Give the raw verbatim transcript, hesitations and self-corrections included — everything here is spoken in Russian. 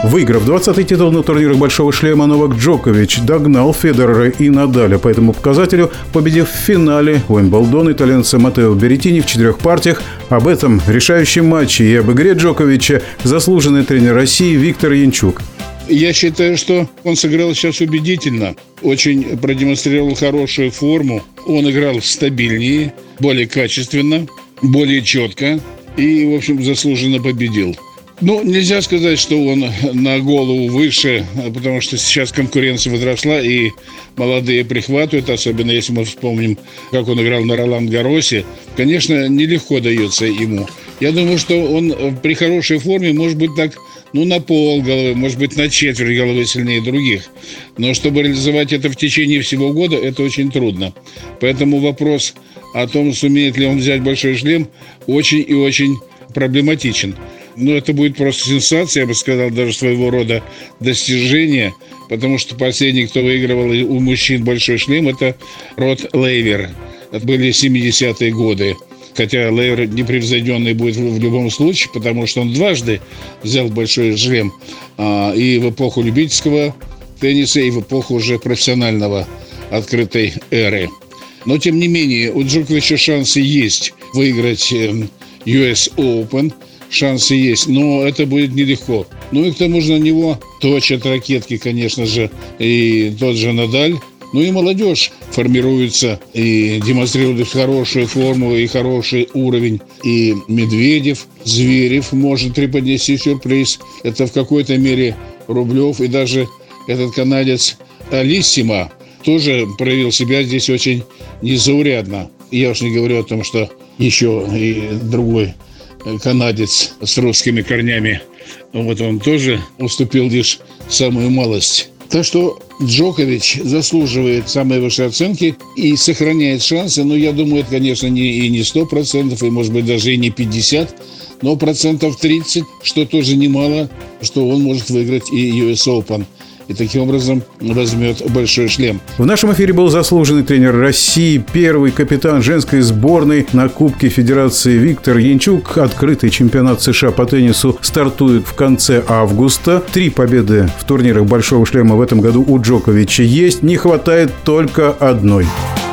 Выиграв двадцатый титул на турнирах «Большого шлема», Новак Джокович догнал Федерера и Надаля по этому показателю, победив в финале Уимблдона итальянца Маттео Берретини в четырех партиях. Об этом решающем матче и об игре Джоковича заслуженный тренер России Виктор Янчук. Я считаю, что он сыграл сейчас убедительно, очень продемонстрировал хорошую форму. Он играл стабильнее, более качественно, более четко и, в общем, заслуженно победил. Ну, нельзя сказать, что он на голову выше, потому что сейчас конкуренция возросла, и молодые прихватывают, особенно если мы вспомним, как он играл на Ролан-Гарросе. Конечно, нелегко дается ему. Я думаю, что он при хорошей форме может быть так, ну, на пол головы, может быть, на четверть головы сильнее других. Но чтобы реализовать это в течение всего года, это очень трудно. Поэтому вопрос о том, сумеет ли он взять большой шлем, очень и очень проблематичен. Но это будет просто сенсация, я бы сказал, даже своего рода достижение, потому что последний, кто выигрывал у мужчин большой шлем, это Род Лейвер. Это были семидесятые годы. Хотя Лейвер непревзойденный будет в любом случае, потому что он дважды взял большой шлем. И в эпоху любительского тенниса, и в эпоху уже профессионального открытой эры. Но, тем не менее, у Джоковича шансы есть выиграть ю эс Open. Шансы есть, но это будет нелегко. Ну и к тому же на него точат ракетки, конечно же, и тот же Надаль. Ну и молодежь формируется и демонстрирует хорошую форму и хороший уровень. И Медведев, Зверев может преподнести сюрприз. Это в какой-то мере Рублев, и даже этот канадец Алиссимо тоже проявил себя здесь очень незаурядно. Я уж не говорю о том, что еще и другой канадец с русскими корнями, вот он тоже уступил лишь самую малость. Так что Джокович заслуживает самой высшей оценки и сохраняет шансы. Но я думаю, это, конечно, не, и не сто процентов, и, может быть, даже и не пятьдесят, но процентов тридцать, что тоже немало, что он может выиграть и ю эс Open. И таким образом возьмет большой шлем. В нашем эфире был заслуженный тренер России, первый капитан женской сборной на Кубке Федерации Виктор Янчук. Открытый чемпионат США по теннису стартует в конце августа. Три победы в турнирах большого шлема в этом году у Джоковича есть. Не хватает только одной.